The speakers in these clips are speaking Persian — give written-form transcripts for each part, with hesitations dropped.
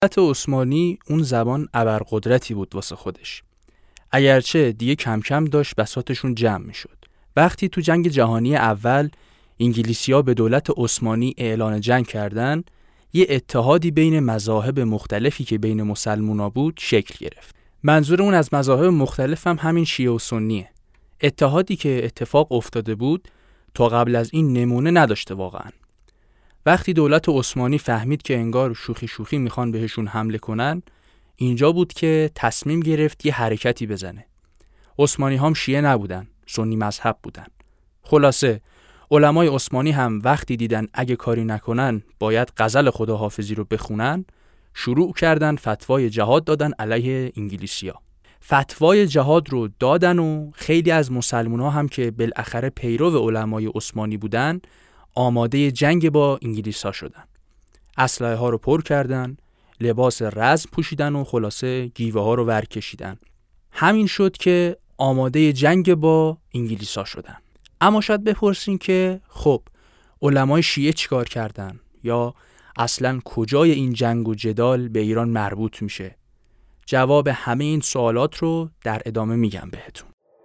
دولت عثمانی اون زمان ابرقدرتی بود واسه خودش. اگرچه دیگه کم کم داشت بساطشون جمع میشد. وقتی تو جنگ جهانی اول انگلیسی‌ها به دولت عثمانی اعلان جنگ کردن، یه اتحادی بین مذاهب مختلفی که بین مسلمونا بود شکل گرفت. منظور اون از مذاهب مختلف هم همین شیعه و سنیه. اتحادی که اتفاق افتاده بود تا قبل از این نمونه نداشته واقعا. وقتی دولت عثمانی فهمید که انگار شوخی شوخی میخوان بهشون حمله کنن، اینجا بود که تصمیم گرفت یه حرکتی بزنه. عثمانی هم شیعه نبودن، سنی مذهب بودن. خلاصه علمای عثمانی هم وقتی دیدن اگه کاری نکنن باید غزل خداحافظی رو بخونن، شروع کردن فتوای جهاد دادن علیه انگلیسی‌ها. فتوای جهاد رو دادن و خیلی از مسلمان‌ها هم که بالاخره پیرو علمای عثمانی بودن آماده جنگ با انگلیس‌ها شدن. اسلحه ها رو پر کردن، لباس رزم پوشیدن و خلاصه گیوه ها رو ورکشیدن. همین شد که آماده جنگ با انگلیس‌ها شدن. اما شاید بپرسین که خب علمای شیعه چیکار کردن؟ یا اصلاً کجای این جنگ و جدال به ایران مربوط میشه؟ جواب همه این سوالات رو در ادامه میگم بهتون.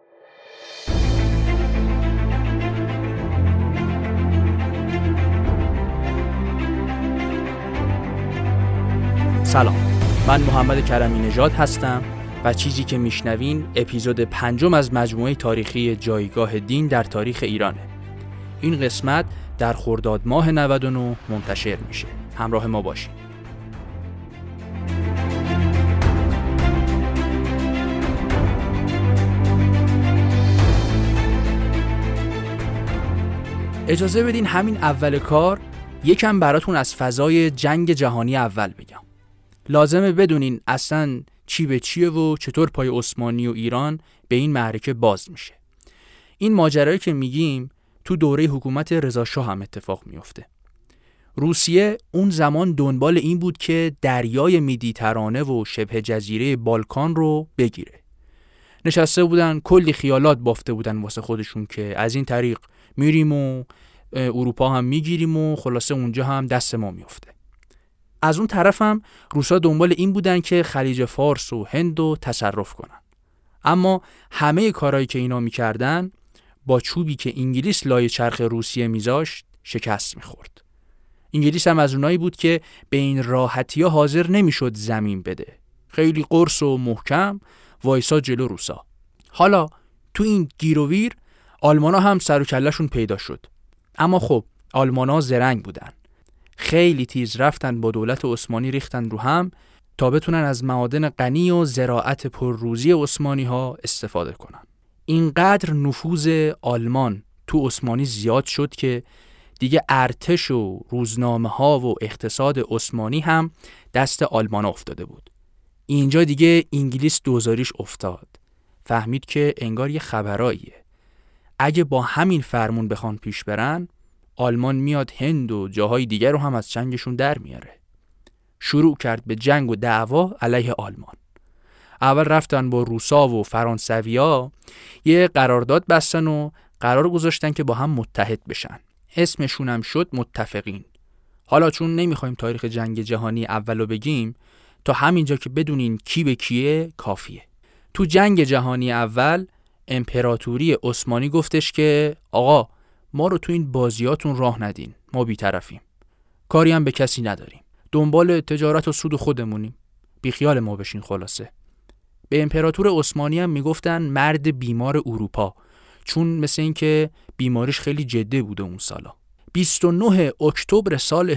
سلام، من محمد کریمی نژاد هستم و چیزی که میشنوین اپیزود 5 از مجموعه تاریخی جایگاه دین در تاریخ ایرانه. این قسمت در خرداد ماه 99 منتشر میشه. همراه ما باشین. اجازه بدین همین اول کار یکم براتون از فضای جنگ جهانی اول بگم. لازمه بدونین اصلا چی به چیه و چطور پای عثمانی و ایران به این معرکه باز میشه. این ماجرایی که میگیم تو دوره حکومت رضا شاه هم اتفاق میفته. روسیه اون زمان دنبال این بود که دریای مدیترانه و شبه جزیره بالکان رو بگیره. نشسته بودن کلی خیالات بافته بودن واسه خودشون که از این طریق میریم و اروپا هم میگیریم و خلاصه اونجا هم دست ما میفته. از اون طرف هم روسا دنبال این بودن که خلیج فارس و هند رو تصرف کنن. اما همه کارهایی که اینا میکردن با چوبی که انگلیس لای چرخ روسیه میذاشت شکست میخورد. انگلیس هم از اونایی بود که به این راحتی‌ها حاضر نمیشد زمین بده. خیلی قرص و محکم وایسا جلو روسا. حالا تو این گیروویر آلمانا هم سر و کله‌شون پیدا شد. اما خب آلمانا زرنگ بودن. خیلی تیز رفتن با دولت عثمانی ریختن رو هم تا بتونن از معادن غنی و زراعت پرروزی عثمانی ها استفاده کنن. اینقدر نفوذ آلمان تو عثمانی زیاد شد که دیگه ارتش و روزنامه ها و اقتصاد عثمانی هم دست آلمان افتاده بود. اینجا دیگه انگلیس دوزاریش افتاد. فهمید که انگار یه خبراییه. اگه با همین فرمون بخوان پیش برن، آلمان میاد هند و جاهای دیگر رو هم از جنگشون در میاره. شروع کرد به جنگ و دعوا علیه آلمان. اول رفتن با روسا و فرانسویا یه قرارداد بستن و قرار گذاشتن که با هم متحد بشن. اسمشون هم شد متفقین. حالا چون نمیخوایم تاریخ جنگ جهانی اولو بگیم، تا همینجا که بدونین کی به کیه کافیه. تو جنگ جهانی اول امپراتوری عثمانی گفتش که آقا ما رو تو این بازیاتون راه ندین، ما بی‌طرفیم، کاری هم به کسی نداریم، دنبال تجارت و سود خودمونیم، بیخیال ما بشین. خلاصه به امپراتور عثمانی هم میگفتن مرد بیمار اروپا، چون مثل این که بیماریش خیلی جدی بوده اون سالا. 29 اکتبر سال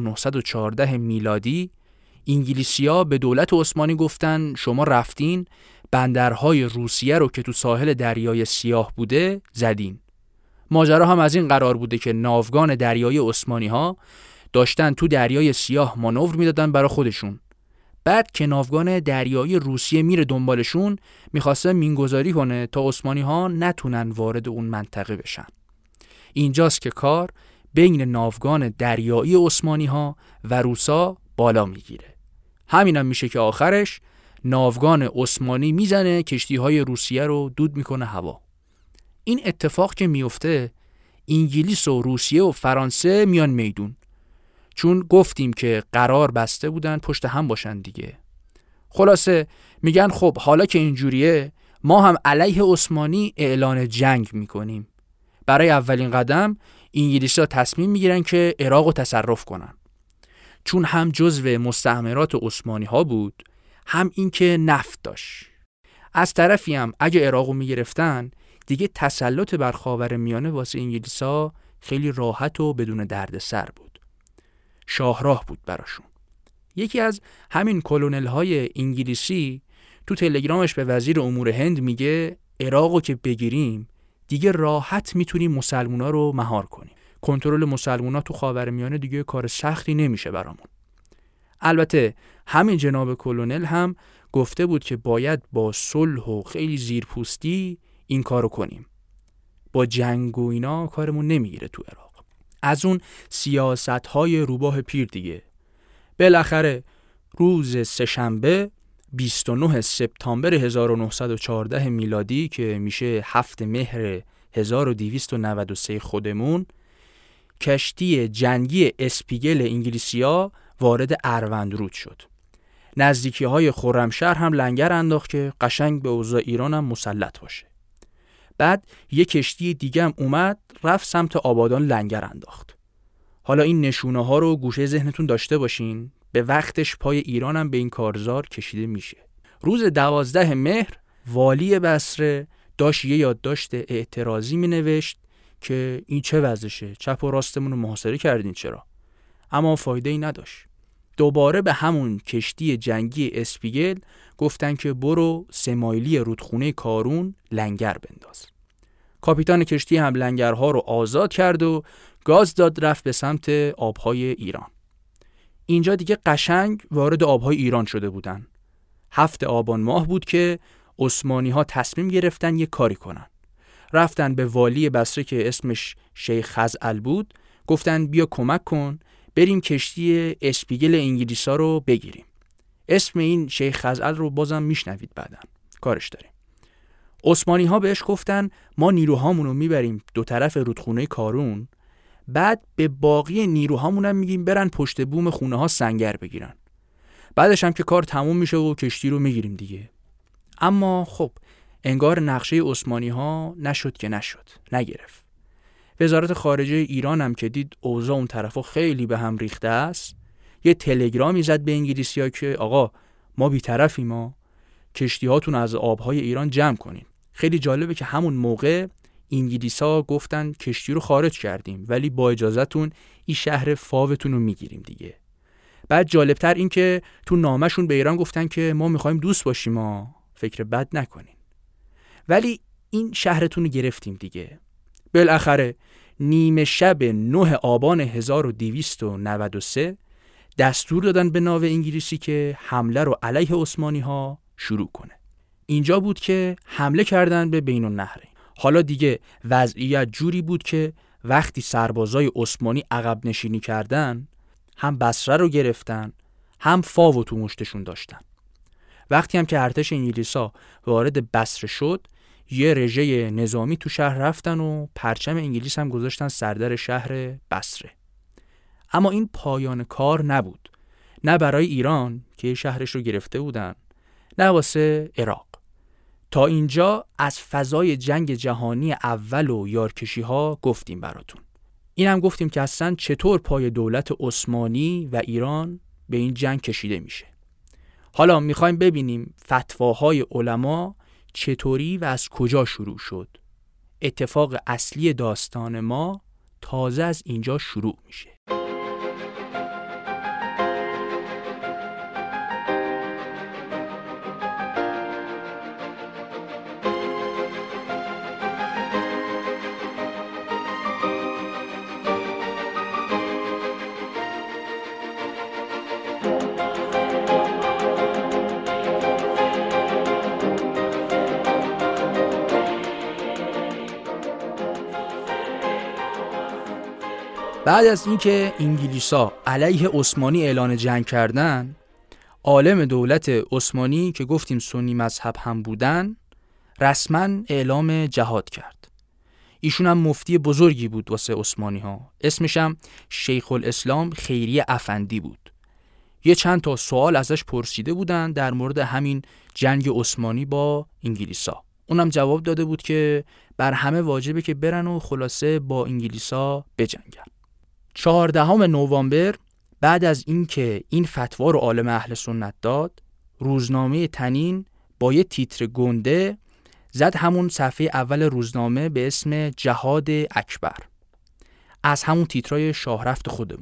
1914 میلادی انگلیسی‌ها به دولت عثمانی گفتن شما رفتین بندرهای روسیه رو که تو ساحل دریای سیاه بوده زدین. ماجرا هم از این قرار بوده که ناوگان دریایی عثمانی ها داشتن تو دریای سیاه مانور میدادن برای خودشون. بعد که ناوگان دریایی روسیه میره دنبالشون، میخواسته مینگذاری کنه تا عثمانی ها نتونن وارد اون منطقه بشن. اینجاست که کار بین ناوگان دریایی عثمانی ها و روسا بالا میگیره. همینم میشه که آخرش ناوگان عثمانی میزنه کشتی های روسیه رو دود میکنه هوا. این اتفاق که میفته انگلیس و روسیه و فرانسه میان میدون، چون گفتیم که قرار بسته بودن پشت هم باشن دیگه. خلاصه میگن خب حالا که اینجوریه ما هم علیه عثمانی اعلان جنگ میکنیم. برای اولین قدم انگلیسی‌ها تصمیم میگیرن که عراق رو تصرف کنن، چون هم جزو مستعمرات عثمانی ها بود، هم این که نفت داشت. از طرفی هم اگه عراق رو میگرفتن دیگه تسلط بر خاورمیانه واسه انگلیس‌ها خیلی راحت و بدون دردسر بود. شاهراه بود براشون. یکی از همین کلونل های انگلیسی تو تلگرامش به وزیر امور هند میگه عراقو که بگیریم دیگه راحت میتونیم مسلمونا رو مهار کنیم. کنترل مسلمونا تو خاورمیانه دیگه کار سختی نمیشه برامون. البته همین جناب کلونل هم گفته بود که باید با صلح و خیلی زیرپوستی این کارو کنیم. با جنگ و اینا کارمون نمیگیره تو عراق. از اون سیاست‌های روباه پیر دیگه. بالاخره روز سه‌شنبه 29 سپتامبر 1914 میلادی که میشه 7 مهر 1293 خودمون، کشتی جنگی اسپیگل انگلیسی‌ها وارد اروندرود شد. نزدیکی‌های خرمشهر هم لنگر انداخت که قشنگ به اوضاع ایران هم مسلط باشه. بعد یک کشتی دیگه هم اومد رفت سمت آبادان لنگر انداخت. حالا این نشونه ها رو گوشه ذهنتون داشته باشین، به وقتش پای ایران هم به این کارزار کشیده میشه. روز 12 مهر والی بصره داشت یه یادداشت اعتراضی می نوشت که این چه وضعشه، چپ و راستمون رو محاصره کردین چرا؟ اما فایده ای نداشت. دوباره به همون کشتی جنگی اسپیگل گفتن که برو 3 مایلی رودخونه کارون لنگر بنداز. کاپیتان کشتی هم لنگرها رو آزاد کرد و گاز داد رفت به سمت آبهای ایران. اینجا دیگه قشنگ وارد آبهای ایران شده بودن. 7 آبان ماه بود که عثمانی ها تصمیم گرفتن یه کاری کنن. رفتن به والی بصره که اسمش شیخ خزعل بود، گفتن بیا کمک کن بریم کشتی اسپیگل انگلیسا رو بگیریم. اسم این شیخ خزعل رو بازم میشنوید بعدن، کارش داریم. عثمانی ها بهش گفتن ما نیروهامون رو میبریم دو طرف رودخونه کارون، بعد به باقی نیروهامون هم میگیم برن پشت بوم خونه ها سنگر بگیرن. بعدش هم که کار تموم میشه و کشتی رو میگیریم دیگه. اما خب انگار نقشه عثمانی ها نشد که نشد، نگرفت. وزارت خارجه ایران هم که دید اوضاع اون طرفا خیلی به هم ریخته است، یه تلگرامی زد به انگلیسی‌ها که آقا ما بی‌طرفیم، ما کشتی هاتون از آبهای ایران جمع کنین. خیلی جالبه که همون موقع انگلیس‌ها گفتن کشتی رو خارج کردیم ولی با اجازهتون این شهر فاوتون رو میگیریم دیگه. بعد جالبتر این که تو نامه‌شون به ایران گفتن که ما می‌خوایم دوست باشیم، ما فکر بد نکنین، ولی این شهرتون رو گرفتیم دیگه. بالاخره نیمه شب 9 آبان 1293 دستور دادن به ناو انگلیسی که حمله رو علیه عثمانی ها شروع کنه. اینجا بود که حمله کردن به بین النهرین. حالا دیگه وضعیت جوری بود که وقتی سربازای عثمانی عقب نشینی کردن، هم بصره رو گرفتن، هم فاو تو مشتشون داشتن. وقتی هم که ارتش انگلیسا وارد بصره شد، یه رژه نظامی تو شهر رفتن و پرچم انگلیس هم گذاشتن سردر شهر بصره. اما این پایان کار نبود، نه برای ایران که شهرش رو گرفته بودن، نه واسه عراق. تا اینجا از فضای جنگ جهانی اول و یارکشی ها گفتیم براتون. این هم گفتیم که اصلا چطور پای دولت عثمانی و ایران به این جنگ کشیده میشه. حالا میخوایم ببینیم فتواهای علما چطوری و از کجا شروع شد. اتفاق اصلی داستان ما تازه از اینجا شروع میشه. بعد از اینکه انگلیسا علیه عثمانی اعلان جنگ کردن، عالم دولت عثمانی که گفتیم سنی مذهب هم بودن رسما اعلام جهاد کرد. ایشون هم مفتی بزرگی بود واسه عثمانی ها. اسمش هم شیخ الاسلام خیری افندی بود. یه چند تا سوال ازش پرسیده بودن در مورد همین جنگ عثمانی با انگلیسا. اونم جواب داده بود که بر همه واجبه که برن و خلاصه با انگلیسا بجنگن. 14 نوامبر بعد از اینکه این فتوا رو عالم اهل سنت داد، روزنامه تنین با یه تیتر گنده زد همون صفحه اول روزنامه به اسم جهاد اکبر، از همون تیترای شاهرفت خودمون.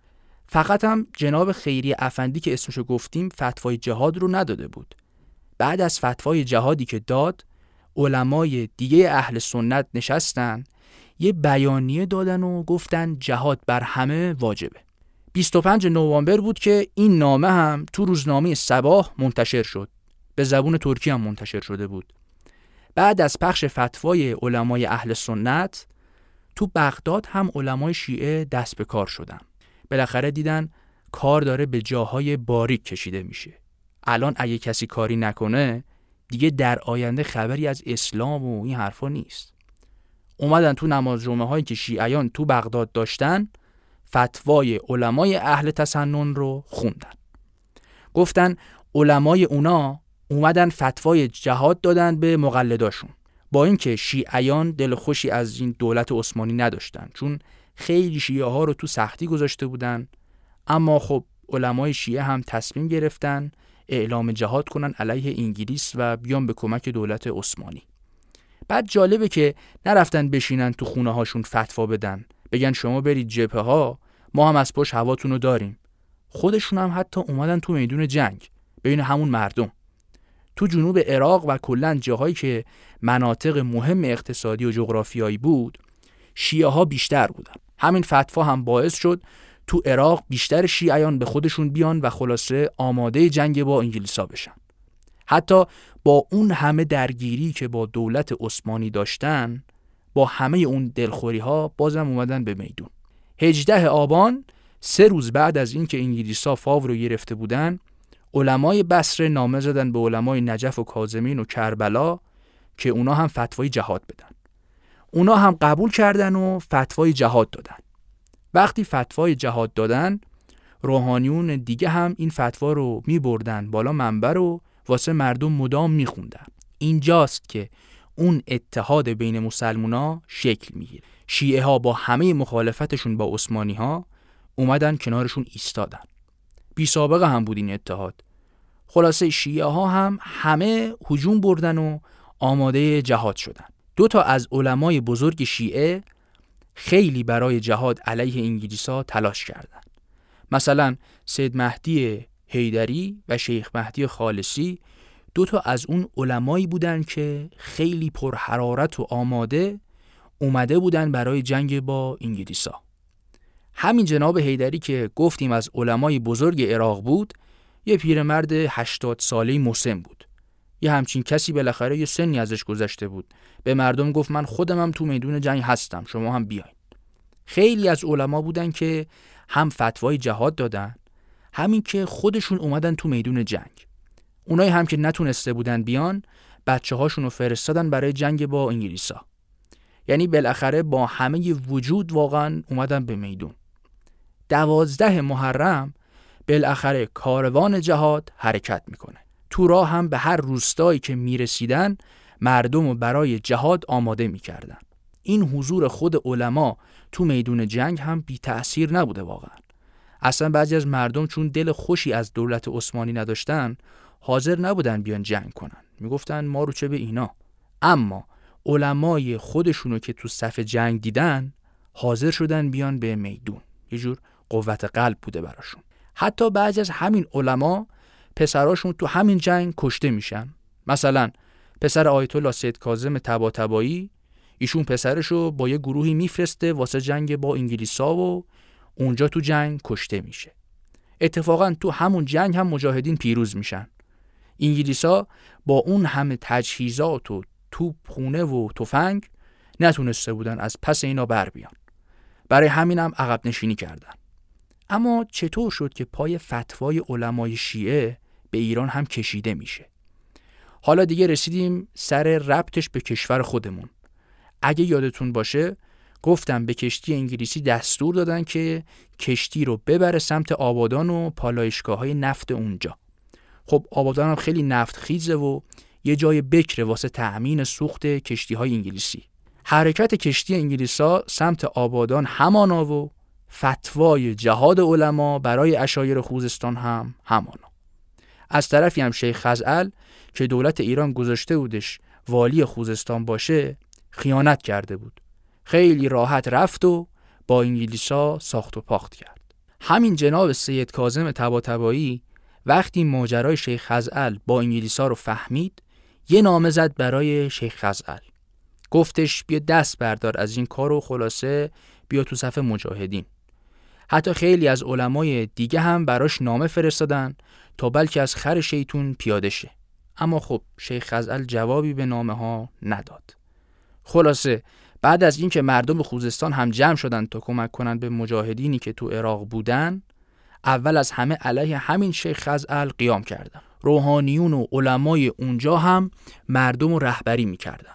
فقط هم جناب خیری افندی که اسمشو گفتیم فتوای جهاد رو نداده بود. بعد از فتوای جهادی که داد، علمای دیگه اهل سنت نشستن یه بیانیه دادن و گفتن جهاد بر همه واجبه. 25 نوامبر بود که این نامه هم تو روزنامه صباح منتشر شد. به زبون ترکی هم منتشر شده بود. بعد از پخش فتوای علمای اهل سنت، تو بغداد هم علمای شیعه دست به کار شدن. بالاخره دیدن کار داره به جاهای باریک کشیده میشه. الان اگه کسی کاری نکنه دیگه در آینده خبری از اسلام و این حرفا نیست. اومدن تو نماز جمعه هایی که شیعیان تو بغداد داشتن فتوای علمای اهل تسنن رو خوندن. گفتن علمای اونا اومدن فتوای جهاد دادن به مقلداشون. با اینکه شیعیان دل خوشی از این دولت عثمانی نداشتن، چون خیلی شیعه ها رو تو سختی گذاشته بودن، اما خب علمای شیعه هم تصمیم گرفتن اعلام جهاد کنن علیه انگلیس و بیان به کمک دولت عثمانی. بعد جالبه که نرفتن بشینن تو خونه هاشون فتوا بدن، بگن شما برید جبهه ها، ما هم از پشت هواتون رو داریم. خودشون هم حتی اومدن تو میدون جنگ بین همون مردم. تو جنوب عراق و کلاً جاهایی که مناطق مهم اقتصادی و جغرافیایی بود، شیعه ها بیشتر بودن. همین فتوا هم باعث شد تو عراق بیشتر شیعیان به خودشون بیان و خلاصه آماده جنگ با انگلیسا بشن. حتی با اون همه درگیری که با دولت عثمانی داشتن، با همه اون دلخوری ها بازم اومدن به میدون. 18 آبان، 3 روز بعد از اینکه انگلیسا فاو رو گرفته بودن، علمای بصره نامه زدن به علمای نجف و کاظمین و کربلا که اونا هم فتوای جهاد بدن. اونا هم قبول کردن و فتوای جهاد دادن. وقتی فتوای جهاد دادن، روحانیون دیگه هم این فتوا رو می بردن بالا منبر و واسه مردم مدام می خوندن. اینجاست که اون اتحاد بین مسلمونا شکل میگیره. شیعه ها با همه مخالفتشون با عثمانی ها اومدن کنارشون ایستادن. بی سابقه هم بود این اتحاد. خلاصه شیعه ها هم همه هجوم بردن و آماده جهاد شدن. 2 تا از علمای بزرگ شیعه خیلی برای جهاد علیه انگلیسا تلاش کردند. مثلا سید مهدی حیدری و شیخ مهدی خالصی 2 تا از اون علمایی بودن که خیلی پرحرارت و آماده اومده بودن برای جنگ با انگلیسا. همین جناب حیدری که گفتیم از علمای بزرگ عراق بود، یه پیرمرد 80 ساله‌ای مسن بود. یه همچین کسی بالاخره یه سنی ازش گذشته بود. به مردم گفت من خودمم تو میدون جنگ هستم، شما هم بیاین. خیلی از علما بودن که هم فتوای جهاد دادن، همین که خودشون اومدن تو میدون جنگ. اونایی هم که نتونسته بودن بیان، بچه‌هاشون رو فرستادن برای جنگ با انگلیسا. یعنی بالاخره با همه وجود واقعا اومدن به میدون. 12 محرم بالاخره کاروان جهاد حرکت میکنه. تو راه هم به هر روستایی که میرسیدن مردم رو برای جهاد آماده میکردن. این حضور خود علما تو میدون جنگ هم بی تأثیر نبوده واقعا. اصلا بعضی از مردم چون دل خوشی از دولت عثمانی نداشتن، حاضر نبودن بیان جنگ کنن. میگفتن ما رو چه به اینا. اما علمای خودشونو که تو صف جنگ دیدن، حاضر شدن بیان به میدون. یه جور قوت قلب بوده براشون. حتی بعضی از همین علما پسراشون تو همین جنگ کشته میشن. مثلا پسر آیت الله سید کاظم طباطبایی، ایشون پسرشو با یه گروهی میفرسته واسه جنگ با انگلیسا و اونجا تو جنگ کشته میشه. اتفاقا تو همون جنگ هم مجاهدین پیروز میشن. انگلیسا با اون همه تجهیزات و توپخونه و تفنگ نتونسته بودن از پس اینا بر بیان. برای همین هم عقب نشینی کردن. اما چطور شد که پای فتوای علمای شیعه به ایران هم کشیده میشه؟ حالا دیگه رسیدیم سر ربطش به کشور خودمون. اگه یادتون باشه گفتم به کشتی انگلیسی دستور دادن که کشتی رو ببره سمت آبادان و پالایشگاه‌های نفت اونجا. خب آبادان هم خیلی نفت خیزه و یه جای بکره واسه تأمین سوخت کشتی‌های انگلیسی. حرکت کشتی انگلیسا سمت آبادان همانا و فتوای جهاد علما برای عشایر خوزستان هم همانا. از طرفی هم شیخ خزعل که دولت ایران گذاشته بودش والی خوزستان باشه خیانت کرده بود. خیلی راحت رفت و با انگلیسا ساخت و پاخت کرد. همین جناب سید کاظم طباطبایی وقتی ماجرای شیخ خزعل با انگلیسا رو فهمید یه نامه زد برای شیخ خزعل. گفتش بیا دست بردار از این کار و خلاصه بیا تو صف مجاهدین. حتی خیلی از علمای دیگه هم براش نامه فرستادن تا بلکه از خر شیطون پیاده شه. اما خب شیخ خزعل جوابی به نامه ها نداد. خلاصه بعد از اینکه مردم خوزستان هم جمع شدن تا کمک کنن به مجاهدینی که تو عراق بودن، اول از همه علیه همین شیخ خزعل قیام کردن. روحانیون و علمای اونجا هم مردم رو رهبری میکردن.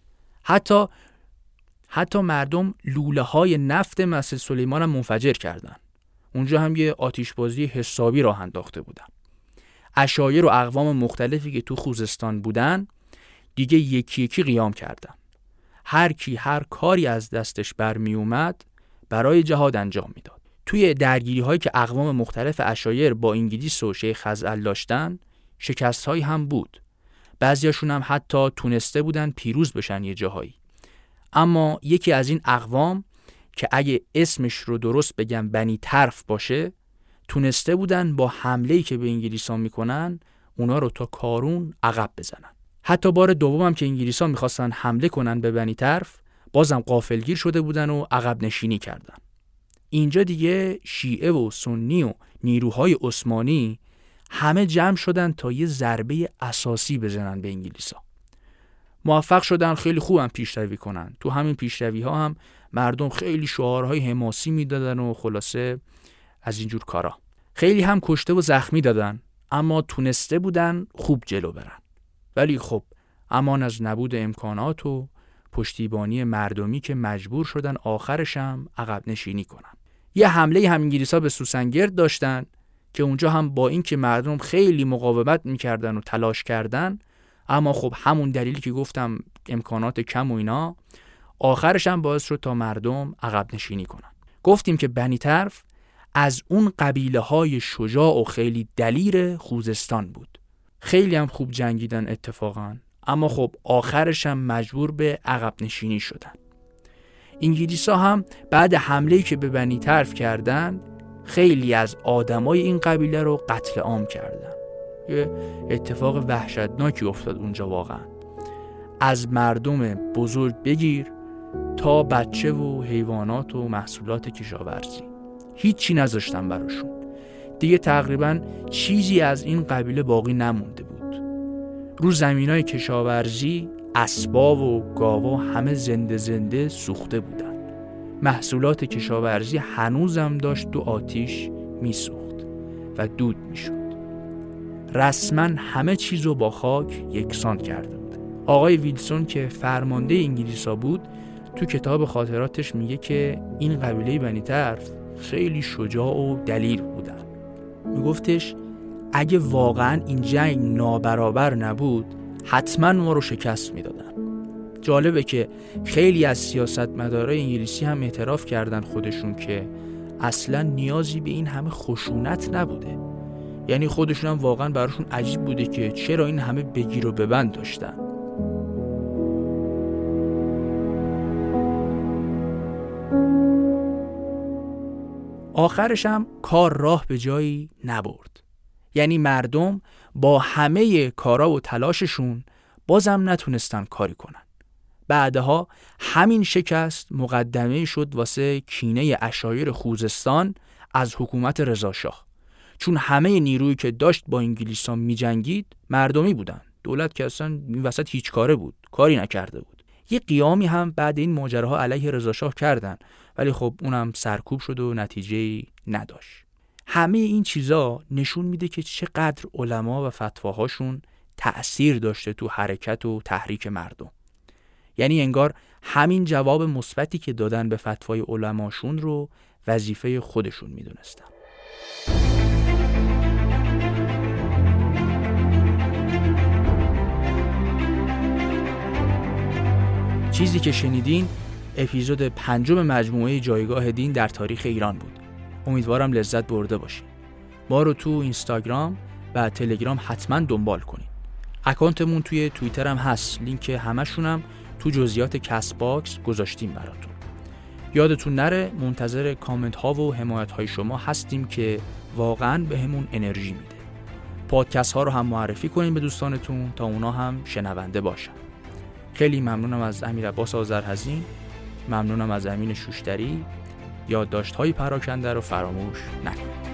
حتی مردم لوله های نفت مسجد سلیمان هم منفجر کردن. اونجا هم یه آتشبازی حسابی راه انداخته بودن. عشایر و اقوام مختلفی که تو خوزستان بودن دیگه یکی یکی قیام کردن. هر کی هر کاری از دستش برمی اومد برای جهاد انجام میداد. توی درگیری هایی که اقوام مختلف عشایر با انگلیس و شیخ خزعل داشتن شکست هایی هم بود. بعضیاشون هم حتی تونسته بودن پیروز بشن یه جاهایی. اما یکی از این اقوام که اگه اسمش رو درست بگم بنی طرف باشه تونسته بودن با حمله‌ای که به انگلیسا میکنن اونا رو تا کارون عقب بزنن. حتی بار دوم هم که انگلیسا میخواستن حمله کنن به بنی طرف بازم غافلگیر شده بودن و عقب نشینی کردن. اینجا دیگه شیعه و سنی و نیروهای عثمانی همه جمع شدن تا یه ضربه اساسی بزنن به انگلیسا. موفق شدن خیلی خوبم پیشروی کنن. تو همین پیشروی ها هم مردم خیلی شعارهای حماسی میدادن و خلاصه از اینجور کارا. خیلی هم کشته و زخمی دادن اما تونسته بودن خوب جلو برن. ولی خب امان از نبود امکانات و پشتیبانی مردمی که مجبور شدن آخرش هم عقب نشینی کنن. یه حمله هم انگلیسا به سوسنگرد داشتن که اونجا هم با اینکه مردم خیلی مقاومت میکردن و تلاش کردن اما خب همون دلیلی که گفتم امکانات کم و اینا آخرش هم باعث شد تا مردم عقب نشینی کنن. گفتیم که بنی طرف از اون قبیله های شجاع و خیلی دلیر خوزستان بود. خیلی هم خوب جنگیدن اتفاقا اما خب آخرش هم مجبور به عقب نشینی شدن. انگلیسا هم بعد حمله‌ای که به بنی طرف کردن خیلی از آدمای این قبیله رو قتل عام کردن. یه اتفاق وحشتناکی افتاد اونجا واقعا. از مردم بزرگ بگیر تا بچه و حیوانات و محصولات کشاورزی هیچی نذاشتن براشون. دیگه تقریبا چیزی از این قبیله باقی نمونده بود. رو زمینای کشاورزی اسباب و گاوا همه زنده سوخته بودن. محصولات کشاورزی هنوزم داشت تو آتیش میسوخت و دود میشد. رسما همه چیزو با خاک یکسان کرده بود. آقای ویلسون که فرمانده انگلیسا بود تو کتاب خاطراتش میگه که این قبیله بنی طرف خیلی شجاع و دلیر بودن. میگفتش اگه واقعا این جنگ نابرابر نبود حتما ما رو شکست میدادن. جالبه که خیلی از سیاستمدارای انگلیسی هم اعتراف کردن خودشون که اصلا نیازی به این همه خشونت نبوده. یعنی خودشون هم واقعا براشون عجیب بوده که چرا این همه بگیر و ببند داشتن. آخرش هم کار راه به جایی نبرد. یعنی مردم با همه کارا و تلاششون بازم نتونستن کاری کنن. بعدها همین شکست مقدمه شد واسه کینه عشایر خوزستان از حکومت رضاشاه. چون همه نیرویی که داشت با انگلیسا می جنگید مردمی بودن. دولت که اصلا این وسط هیچ کاره بود، کاری نکرده بود. یه قیامی هم بعد این ماجراها علیه رضاشاه کردن ولی خب اونم سرکوب شد و نتیجه‌ای نداشت. همه این چیزا نشون میده که چقدر علما و فتواهاشون تأثیر داشته تو حرکت و تحریک مردم. یعنی انگار همین جواب مثبتی که دادن به فتوای علماشون رو وظیفه خودشون میدونستن. چیزی که شنیدین اپیزود 5 مجموعه جایگاه دین در تاریخ ایران بود. امیدوارم لذت برده باشین. ما رو تو اینستاگرام و تلگرام حتما دنبال کنین. اکانتمون توی توییتر هم هست. لینک همشونم تو جزئیات کست باکس گذاشتیم براتون. یادتون نره منتظر کامنت ها و حمایت های شما هستیم که واقعا بهمون انرژی میده. پادکست ها رو هم معرفی کنین به دوستانتون تا اونا هم شنونده باشن. خیلی ممنونم از امیرعباس آذرحزین، ممنونم از امین شوشتری. یادداشت‌های پراکنده رو فراموش نکنید.